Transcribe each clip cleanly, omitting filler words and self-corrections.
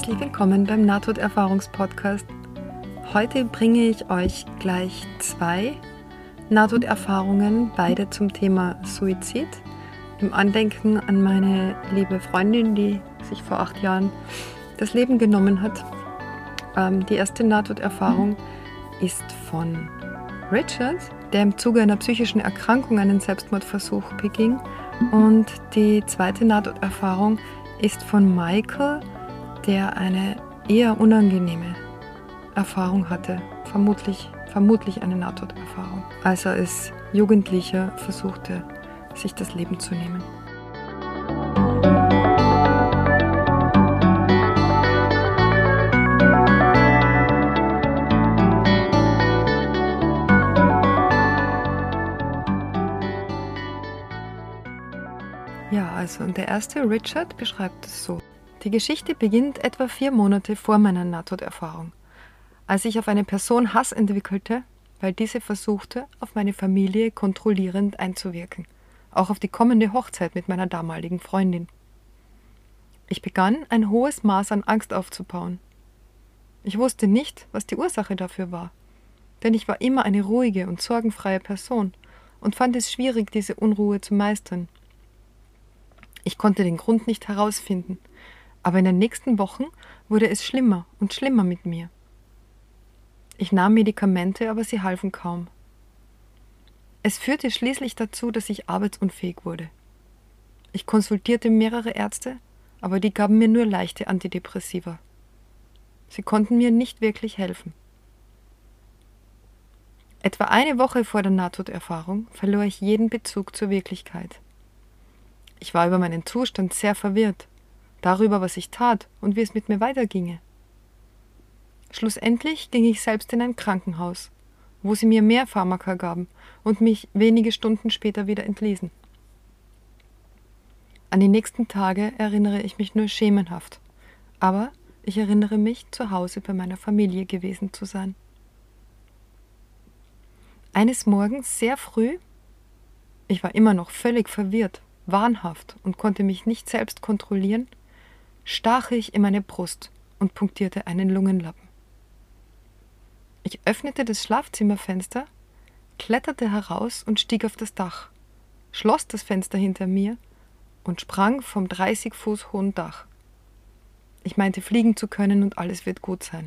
Herzlich willkommen beim Nahtoderfahrungspodcast. Heute bringe ich euch gleich 2 Nahtoderfahrungen, beide zum Thema Suizid, im Andenken an meine liebe Freundin, die sich vor 8 Jahren das Leben genommen hat. Die erste Nahtoderfahrung ist von Richard, der im Zuge einer psychischen Erkrankung einen Selbstmordversuch beging. Und die zweite Nahtoderfahrung ist von Michael, der eine eher unangenehme Erfahrung hatte, vermutlich eine Nahtoderfahrung, als er als Jugendlicher versuchte, sich das Leben zu nehmen. Ja, also und der erste, Richard, beschreibt es so. Die Geschichte beginnt etwa 4 Monate vor meiner Nahtoderfahrung, als ich auf eine Person Hass entwickelte, weil diese versuchte, auf meine Familie kontrollierend einzuwirken, auch auf die kommende Hochzeit mit meiner damaligen Freundin. Ich begann, ein hohes Maß an Angst aufzubauen. Ich wusste nicht, was die Ursache dafür war, denn ich war immer eine ruhige und sorgenfreie Person und fand es schwierig, diese Unruhe zu meistern. Ich konnte den Grund nicht herausfinden, aber in den nächsten Wochen wurde es schlimmer und schlimmer mit mir. Ich nahm Medikamente, aber sie halfen kaum. Es führte schließlich dazu, dass ich arbeitsunfähig wurde. Ich konsultierte mehrere Ärzte, aber die gaben mir nur leichte Antidepressiva. Sie konnten mir nicht wirklich helfen. Etwa eine Woche vor der Nahtoderfahrung verlor ich jeden Bezug zur Wirklichkeit. Ich war über meinen Zustand sehr verwirrt, darüber, was ich tat und wie es mit mir weiterginge. Schlussendlich ging ich selbst in ein Krankenhaus, wo sie mir mehr Pharmaka gaben und mich wenige Stunden später wieder entließen. An die nächsten Tage erinnere ich mich nur schemenhaft, aber ich erinnere mich, zu Hause bei meiner Familie gewesen zu sein. Eines Morgens sehr früh, ich war immer noch völlig verwirrt, wahnhaft und konnte mich nicht selbst kontrollieren, stach ich in meine Brust und punktierte einen Lungenlappen. Ich öffnete das Schlafzimmerfenster, kletterte heraus und stieg auf das Dach, schloss das Fenster hinter mir und sprang vom 30 Fuß hohen Dach. Ich meinte, fliegen zu können und alles wird gut sein.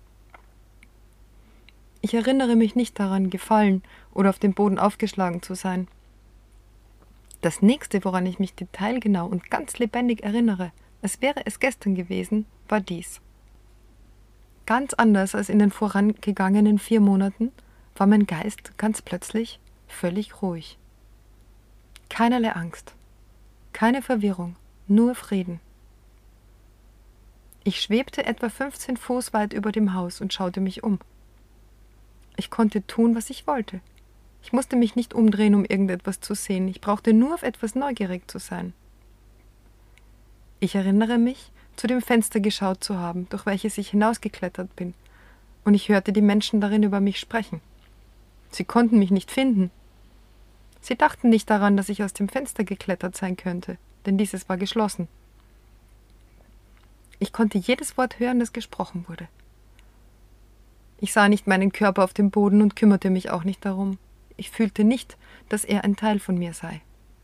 Ich erinnere mich nicht daran, gefallen oder auf dem Boden aufgeschlagen zu sein. Das nächste, woran ich mich detailgenau und ganz lebendig erinnere, als wäre es gestern gewesen, war dies. Ganz anders als in den vorangegangenen 4 Monaten war mein Geist ganz plötzlich völlig ruhig. Keinerlei Angst, keine Verwirrung, nur Frieden. Ich schwebte etwa 15 Fuß weit über dem Haus und schaute mich um. Ich konnte tun, was ich wollte. Ich musste mich nicht umdrehen, um irgendetwas zu sehen. Ich brauchte nur auf etwas neugierig zu sein. Ich erinnere mich, zu dem Fenster geschaut zu haben, durch welches ich hinausgeklettert bin, und ich hörte die Menschen darin über mich sprechen. Sie konnten mich nicht finden. Sie dachten nicht daran, dass ich aus dem Fenster geklettert sein könnte, denn dieses war geschlossen. Ich konnte jedes Wort hören, das gesprochen wurde. Ich sah nicht meinen Körper auf dem Boden und kümmerte mich auch nicht darum. Ich fühlte nicht, dass er ein Teil von mir sei.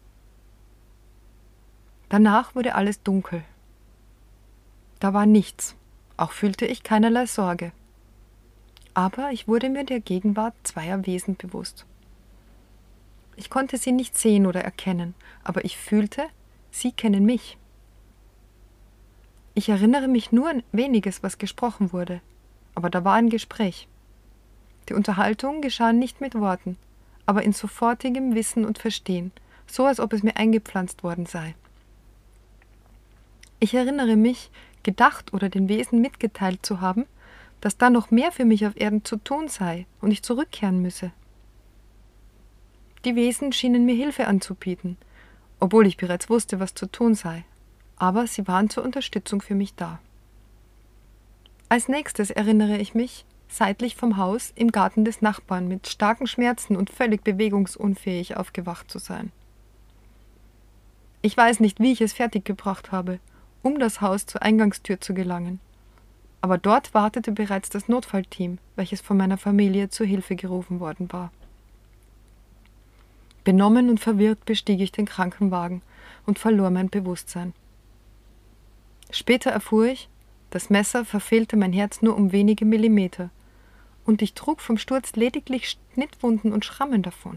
Danach wurde alles dunkel. Da war nichts, auch fühlte ich keinerlei Sorge. Aber ich wurde mir der Gegenwart 2 Wesen bewusst. Ich konnte sie nicht sehen oder erkennen, aber ich fühlte, sie kennen mich. Ich erinnere mich nur an weniges, was gesprochen wurde, aber da war ein Gespräch. Die Unterhaltung geschah nicht mit Worten, aber in sofortigem Wissen und Verstehen, so als ob es mir eingepflanzt worden sei. Ich erinnere mich, gedacht oder den Wesen mitgeteilt zu haben, dass da noch mehr für mich auf Erden zu tun sei und ich zurückkehren müsse. Die Wesen schienen mir Hilfe anzubieten, obwohl ich bereits wusste, was zu tun sei, aber sie waren zur Unterstützung für mich da. Als nächstes erinnere ich mich, seitlich vom Haus im Garten des Nachbarn mit starken Schmerzen und völlig bewegungsunfähig aufgewacht zu sein. Ich weiß nicht, wie ich es fertiggebracht habe, um das Haus zur Eingangstür zu gelangen, aber dort wartete bereits das Notfallteam, welches von meiner Familie zur Hilfe gerufen worden war. Benommen und verwirrt bestieg ich den Krankenwagen und verlor mein Bewusstsein. Später erfuhr ich, das Messer verfehlte mein Herz nur um wenige Millimeter und ich trug vom Sturz lediglich Schnittwunden und Schrammen davon.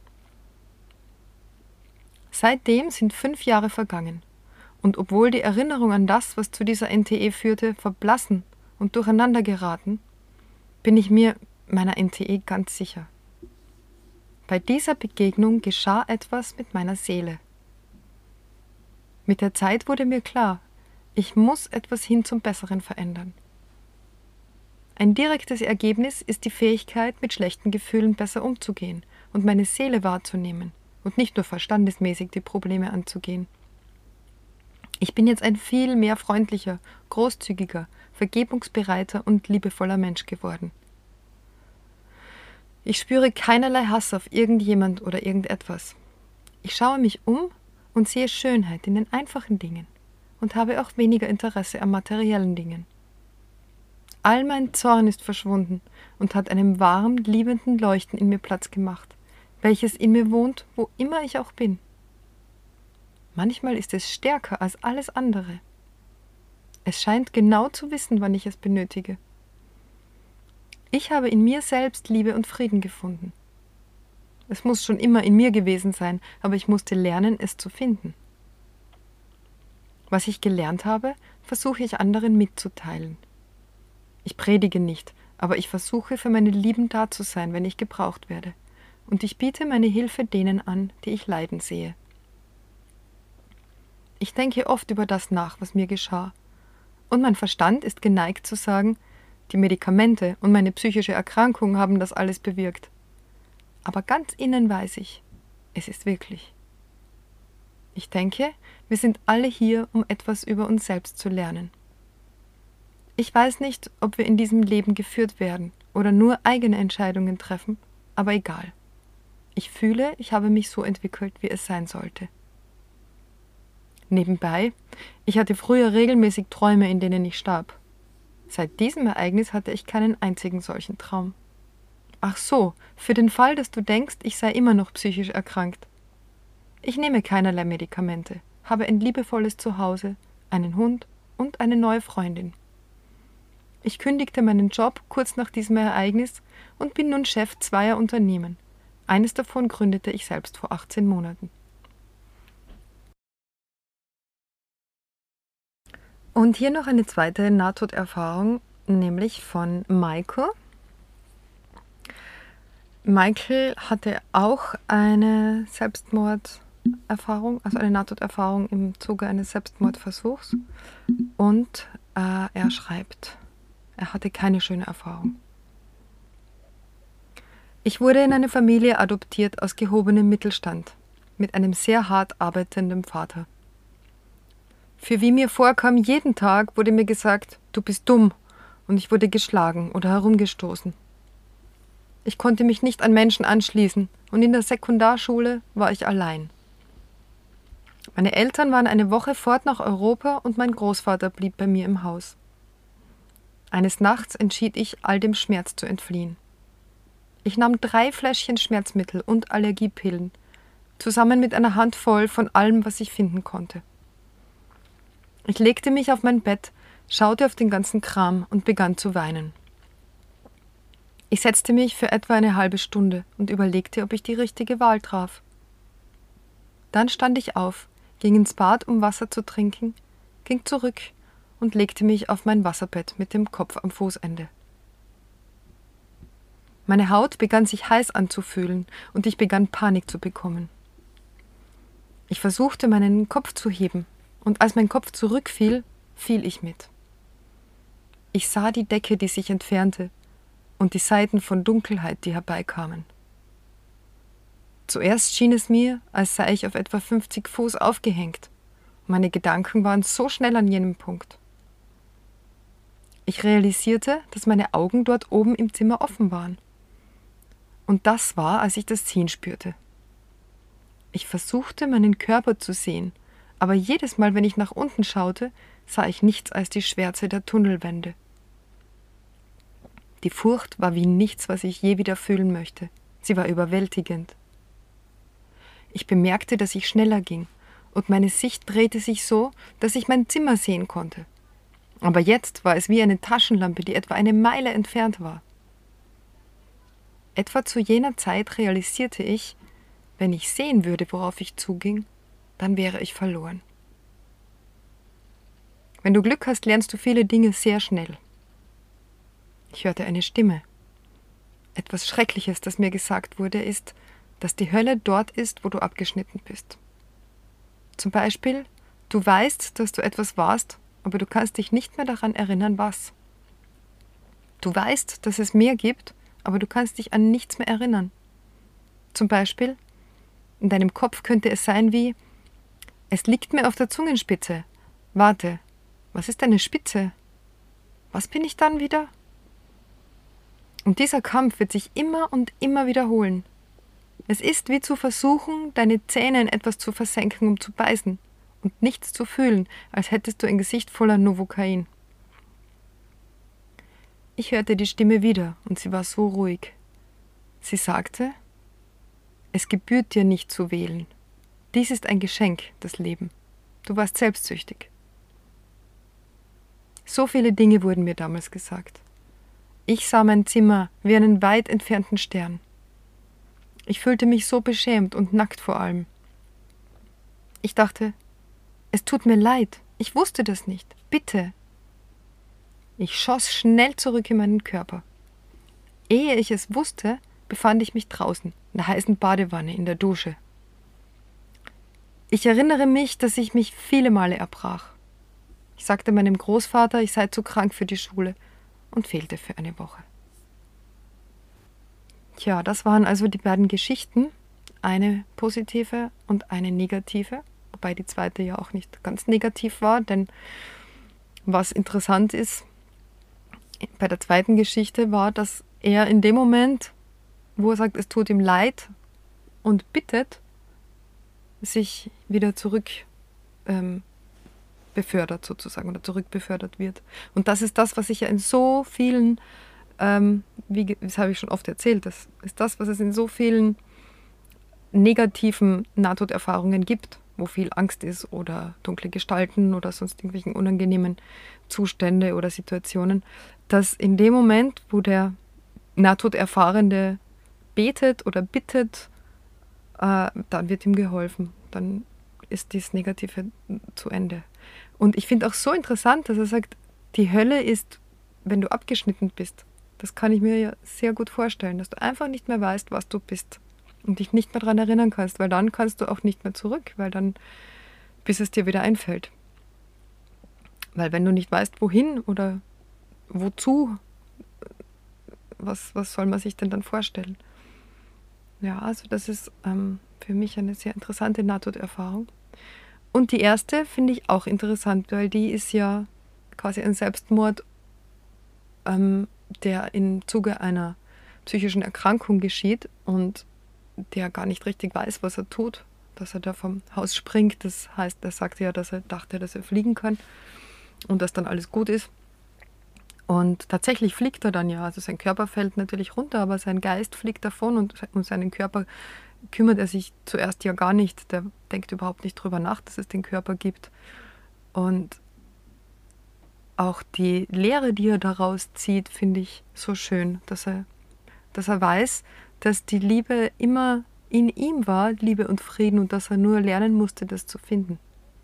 Seitdem sind 5 Jahre vergangen und obwohl die Erinnerung an das, was zu dieser NTE führte, verblassen und durcheinander geraten, bin ich mir meiner NTE ganz sicher. Bei dieser Begegnung geschah etwas mit meiner Seele. Mit der Zeit wurde mir klar, ich muss etwas hin zum Besseren verändern. Ein direktes Ergebnis ist die Fähigkeit, mit schlechten Gefühlen besser umzugehen und meine Seele wahrzunehmen und nicht nur verstandesmäßig die Probleme anzugehen. Ich bin jetzt ein viel mehr freundlicher, großzügiger, vergebungsbereiter und liebevoller Mensch geworden. Ich spüre keinerlei Hass auf irgendjemand oder irgendetwas. Ich schaue mich um und sehe Schönheit in den einfachen Dingen und habe auch weniger Interesse an materiellen Dingen. All mein Zorn ist verschwunden und hat einem warmen, liebenden Leuchten in mir Platz gemacht, welches in mir wohnt, wo immer ich auch bin. Manchmal ist es stärker als alles andere. Es scheint genau zu wissen, wann ich es benötige. Ich habe in mir selbst Liebe und Frieden gefunden. Es muss schon immer in mir gewesen sein, aber ich musste lernen, es zu finden. Was ich gelernt habe, versuche ich anderen mitzuteilen. Ich predige nicht, aber ich versuche, für meine Lieben da zu sein, wenn ich gebraucht werde. Und ich biete meine Hilfe denen an, die ich leiden sehe. Ich denke oft über das nach, was mir geschah. Und mein Verstand ist geneigt zu sagen, die Medikamente und meine psychische Erkrankung haben das alles bewirkt. Aber ganz innen weiß ich, es ist wirklich. Ich denke, wir sind alle hier, um etwas über uns selbst zu lernen. Ich weiß nicht, ob wir in diesem Leben geführt werden oder nur eigene Entscheidungen treffen, aber egal. Ich fühle, ich habe mich so entwickelt, wie es sein sollte. Nebenbei, ich hatte früher regelmäßig Träume, in denen ich starb. Seit diesem Ereignis hatte ich keinen einzigen solchen Traum. Ach so, für den Fall, dass du denkst, ich sei immer noch psychisch erkrankt. Ich nehme keinerlei Medikamente, habe ein liebevolles Zuhause, einen Hund und eine neue Freundin. Ich kündigte meinen Job kurz nach diesem Ereignis und bin nun Chef 2 Unternehmen. Eines davon gründete ich selbst vor 18 Monaten. Und hier noch eine zweite Nahtoderfahrung, nämlich von Michael. Michael hatte auch eine Selbstmorderfahrung, also eine Nahtoderfahrung im Zuge eines Selbstmordversuchs. Und er schreibt, er hatte keine schöne Erfahrung. Ich wurde in eine Familie adoptiert aus gehobenem Mittelstand, mit einem sehr hart arbeitenden Vater. Für wie mir vorkam, jeden Tag wurde mir gesagt, du bist dumm, und ich wurde geschlagen oder herumgestoßen. Ich konnte mich nicht an Menschen anschließen und in der Sekundarschule war ich allein. Meine Eltern waren eine Woche fort nach Europa und mein Großvater blieb bei mir im Haus. Eines Nachts entschied ich, all dem Schmerz zu entfliehen. Ich nahm 3 Fläschchen Schmerzmittel und Allergiepillen, zusammen mit einer Handvoll von allem, was ich finden konnte. Ich legte mich auf mein Bett, schaute auf den ganzen Kram und begann zu weinen. Ich setzte mich für etwa eine halbe Stunde und überlegte, ob ich die richtige Wahl traf. Dann stand ich auf, ging ins Bad, um Wasser zu trinken, ging zurück und legte mich auf mein Wasserbett mit dem Kopf am Fußende. Meine Haut begann sich heiß anzufühlen und ich begann Panik zu bekommen. Ich versuchte, meinen Kopf zu heben, und als mein Kopf zurückfiel, fiel ich mit. Ich sah die Decke, die sich entfernte, und die Seiten von Dunkelheit, die herbeikamen. Zuerst schien es mir, als sei ich auf etwa 50 Fuß aufgehängt. Meine Gedanken waren so schnell an jenem Punkt. Ich realisierte, dass meine Augen dort oben im Zimmer offen waren. Und das war, als ich das Ziehen spürte. Ich versuchte, meinen Körper zu sehen, aber jedes Mal, wenn ich nach unten schaute, sah ich nichts als die Schwärze der Tunnelwände. Die Furcht war wie nichts, was ich je wieder fühlen möchte. Sie war überwältigend. Ich bemerkte, dass ich schneller ging, und meine Sicht drehte sich so, dass ich mein Zimmer sehen konnte. Aber jetzt war es wie eine Taschenlampe, die etwa eine Meile entfernt war. Etwa zu jener Zeit realisierte ich, wenn ich sehen würde, worauf ich zuging, dann wäre ich verloren. Wenn du Glück hast, lernst du viele Dinge sehr schnell. Ich hörte eine Stimme. Etwas Schreckliches, das mir gesagt wurde, ist, dass die Hölle dort ist, wo du abgeschnitten bist. Zum Beispiel, du weißt, dass du etwas warst, aber du kannst dich nicht mehr daran erinnern, was. Du weißt, dass es mehr gibt, aber du kannst dich an nichts mehr erinnern. Zum Beispiel, in deinem Kopf könnte es sein wie: Es liegt mir auf der Zungenspitze. Warte, was ist eine Spitze? Was bin ich dann wieder? Und dieser Kampf wird sich immer und immer wiederholen. Es ist wie zu versuchen, deine Zähne in etwas zu versenken, um zu beißen und nichts zu fühlen, als hättest du ein Gesicht voller Novocain. Ich hörte die Stimme wieder und sie war so ruhig. Sie sagte: Es gebührt dir nicht zu wählen. Dies ist ein Geschenk, das Leben. Du warst selbstsüchtig. So viele Dinge wurden mir damals gesagt. Ich sah mein Zimmer wie einen weit entfernten Stern. Ich fühlte mich so beschämt und nackt vor allem. Ich dachte: Es tut mir leid, ich wusste das nicht, bitte. Ich schoss schnell zurück in meinen Körper. Ehe ich es wusste, befand ich mich draußen, in der heißen Badewanne, in der Dusche. Ich erinnere mich, dass ich mich viele Male erbrach. Ich sagte meinem Großvater, ich sei zu krank für die Schule und fehlte für eine Woche. Tja, das waren also die beiden Geschichten, eine positive und eine negative, wobei die zweite ja auch nicht ganz negativ war, denn was interessant ist, bei der zweiten Geschichte war, dass er in dem Moment, wo er sagt, es tut ihm leid und bittet, sich wieder zurück befördert sozusagen oder zurückbefördert wird. Und das ist das, was ich ja in so vielen, das habe ich schon oft erzählt, das ist das, was es in so vielen negativen Nahtoderfahrungen gibt, wo viel Angst ist oder dunkle Gestalten oder sonst irgendwelchen unangenehmen Zustände oder Situationen, dass in dem Moment, wo der Nahtoderfahrende betet oder bittet, dann wird ihm geholfen. Dann ist dieses Negative zu Ende. Und ich finde auch so interessant, dass er sagt, die Hölle ist, wenn du abgeschnitten bist. Das kann ich mir ja sehr gut vorstellen, dass du einfach nicht mehr weißt, was du bist und dich nicht mehr daran erinnern kannst, weil dann kannst du auch nicht mehr zurück, weil dann, bis es dir wieder einfällt. Weil wenn du nicht weißt, wohin oder wozu, was soll man sich denn dann vorstellen? Ja, also das ist für mich eine sehr interessante Nahtoderfahrung. Und die erste finde ich auch interessant, weil die ist ja quasi ein Selbstmord, der im Zuge einer psychischen Erkrankung geschieht und der gar nicht richtig weiß, was er tut, dass er da vom Haus springt. Das heißt, er sagte ja, dass er dachte, dass er fliegen kann und dass dann alles gut ist. Und tatsächlich fliegt er dann ja, also sein Körper fällt natürlich runter, aber sein Geist fliegt davon und um seinen Körper kümmert er sich zuerst ja gar nicht. Der denkt überhaupt nicht drüber nach, dass es den Körper gibt. Und auch die Lehre, die er daraus zieht, finde ich so schön, dass er weiß, dass die Liebe immer in ihm war, Liebe und Frieden, und dass er nur lernen musste, das zu finden.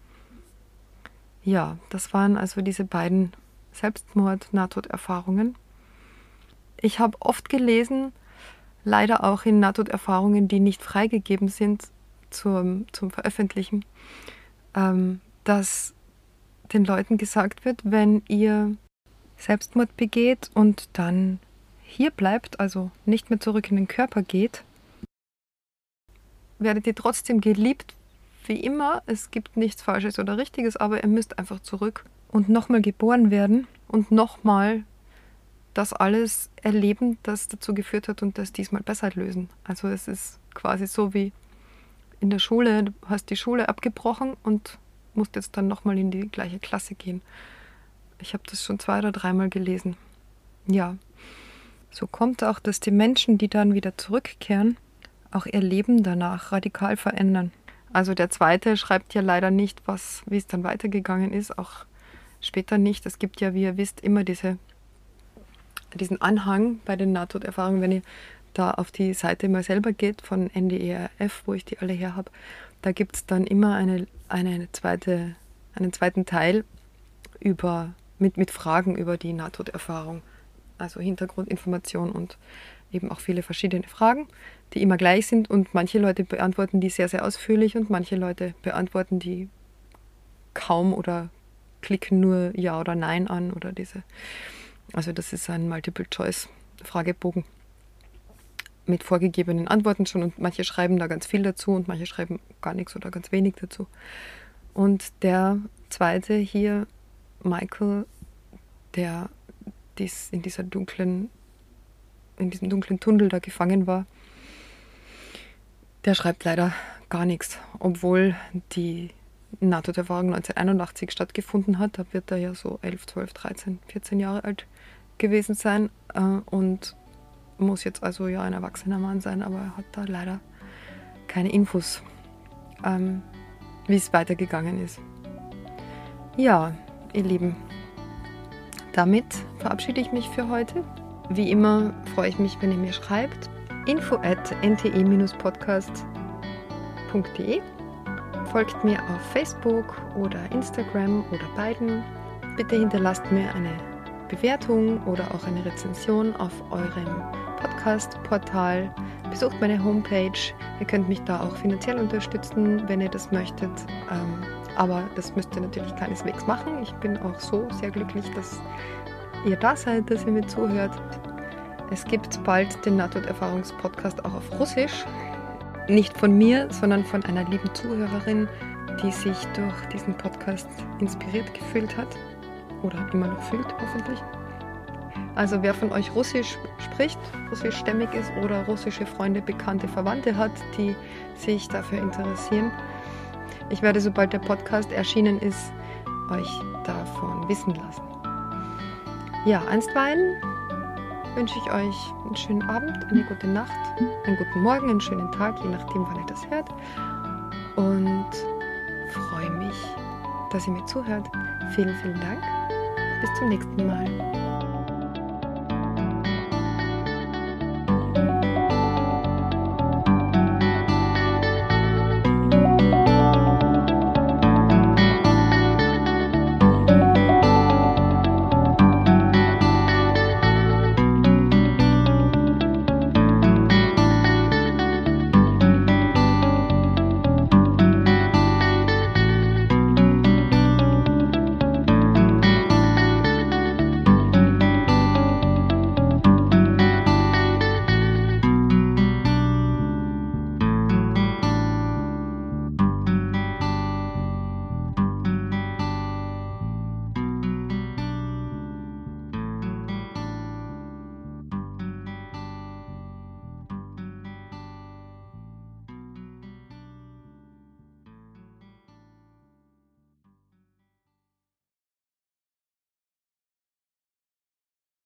Ja, das waren also diese beiden Selbstmord-Nahtoderfahrungen. Ich habe oft gelesen, leider auch in Nahtoderfahrungen, die nicht freigegeben sind zum Veröffentlichen, dass den Leuten gesagt wird, wenn ihr Selbstmord begeht und dann hier bleibt, also nicht mehr zurück in den Körper geht, werdet ihr trotzdem geliebt, wie immer. Es gibt nichts Falsches oder Richtiges, aber ihr müsst einfach zurück und nochmal geboren werden und nochmal das alles erleben, das dazu geführt hat und das diesmal besser lösen. Also es ist quasi so wie in der Schule, du hast die Schule abgebrochen und musst jetzt dann nochmal in die gleiche Klasse gehen. Ich habe das schon 2 oder 3 Mal gelesen. Ja, So kommt auch, dass die Menschen, die dann wieder zurückkehren, auch ihr Leben danach radikal verändern. Also der zweite schreibt ja leider nicht, wie es dann weitergegangen ist, auch später nicht. Es gibt ja, wie ihr wisst, immer diesen Anhang bei den Nahtoderfahrungen, wenn ihr da auf die Seite mal selber geht von NDERF, wo ich die alle her habe, da gibt es dann immer einen zweiten Teil mit Fragen über die Nahtoderfahrung. Also Hintergrundinformation und eben auch viele verschiedene Fragen, die immer gleich sind, und manche Leute beantworten die sehr, sehr ausführlich und manche Leute beantworten die kaum oder klicken nur Ja oder Nein an oder also das ist ein Multiple-Choice-Fragebogen mit vorgegebenen Antworten schon, und manche schreiben da ganz viel dazu und manche schreiben gar nichts oder ganz wenig dazu. Und der zweite hier, Michael, der in diesem dunklen Tunnel da gefangen war, der schreibt leider gar nichts, obwohl die Nahtoderfahrung 1981 stattgefunden hat. Da wird er ja so 11, 12, 13, 14 Jahre alt gewesen sein und muss jetzt also ja ein erwachsener Mann sein, aber er hat da leider keine Infos, wie es weitergegangen ist. Ja, ihr Lieben, damit verabschiede ich mich für heute. Wie immer freue ich mich, wenn ihr mir schreibt. info@nte-podcast.de. Folgt mir auf Facebook oder Instagram oder beiden. Bitte hinterlasst mir eine Bewertung oder auch eine Rezension auf eurem Podcast-Portal. Besucht meine Homepage. Ihr könnt mich da auch finanziell unterstützen, wenn ihr das möchtet. Aber das müsst ihr natürlich keineswegs machen. Ich bin auch so sehr glücklich, dass ihr da seid, dass ihr mir zuhört. Es gibt bald den Nahtoderfahrungspodcast auch auf Russisch. Nicht von mir, sondern von einer lieben Zuhörerin, die sich durch diesen Podcast inspiriert gefühlt hat. Oder immer noch fühlt, hoffentlich. Also wer von euch Russisch spricht, russischstämmig ist oder russische Freunde, Bekannte, Verwandte hat, die sich dafür interessieren, ich werde, sobald der Podcast erschienen ist, euch davon wissen lassen. Ja, einstweilen wünsche ich euch einen schönen Abend, eine gute Nacht, einen guten Morgen, einen schönen Tag, je nachdem, wann ihr das hört. Und freue mich, dass ihr mir zuhört. Vielen, vielen Dank. Bis zum nächsten Mal.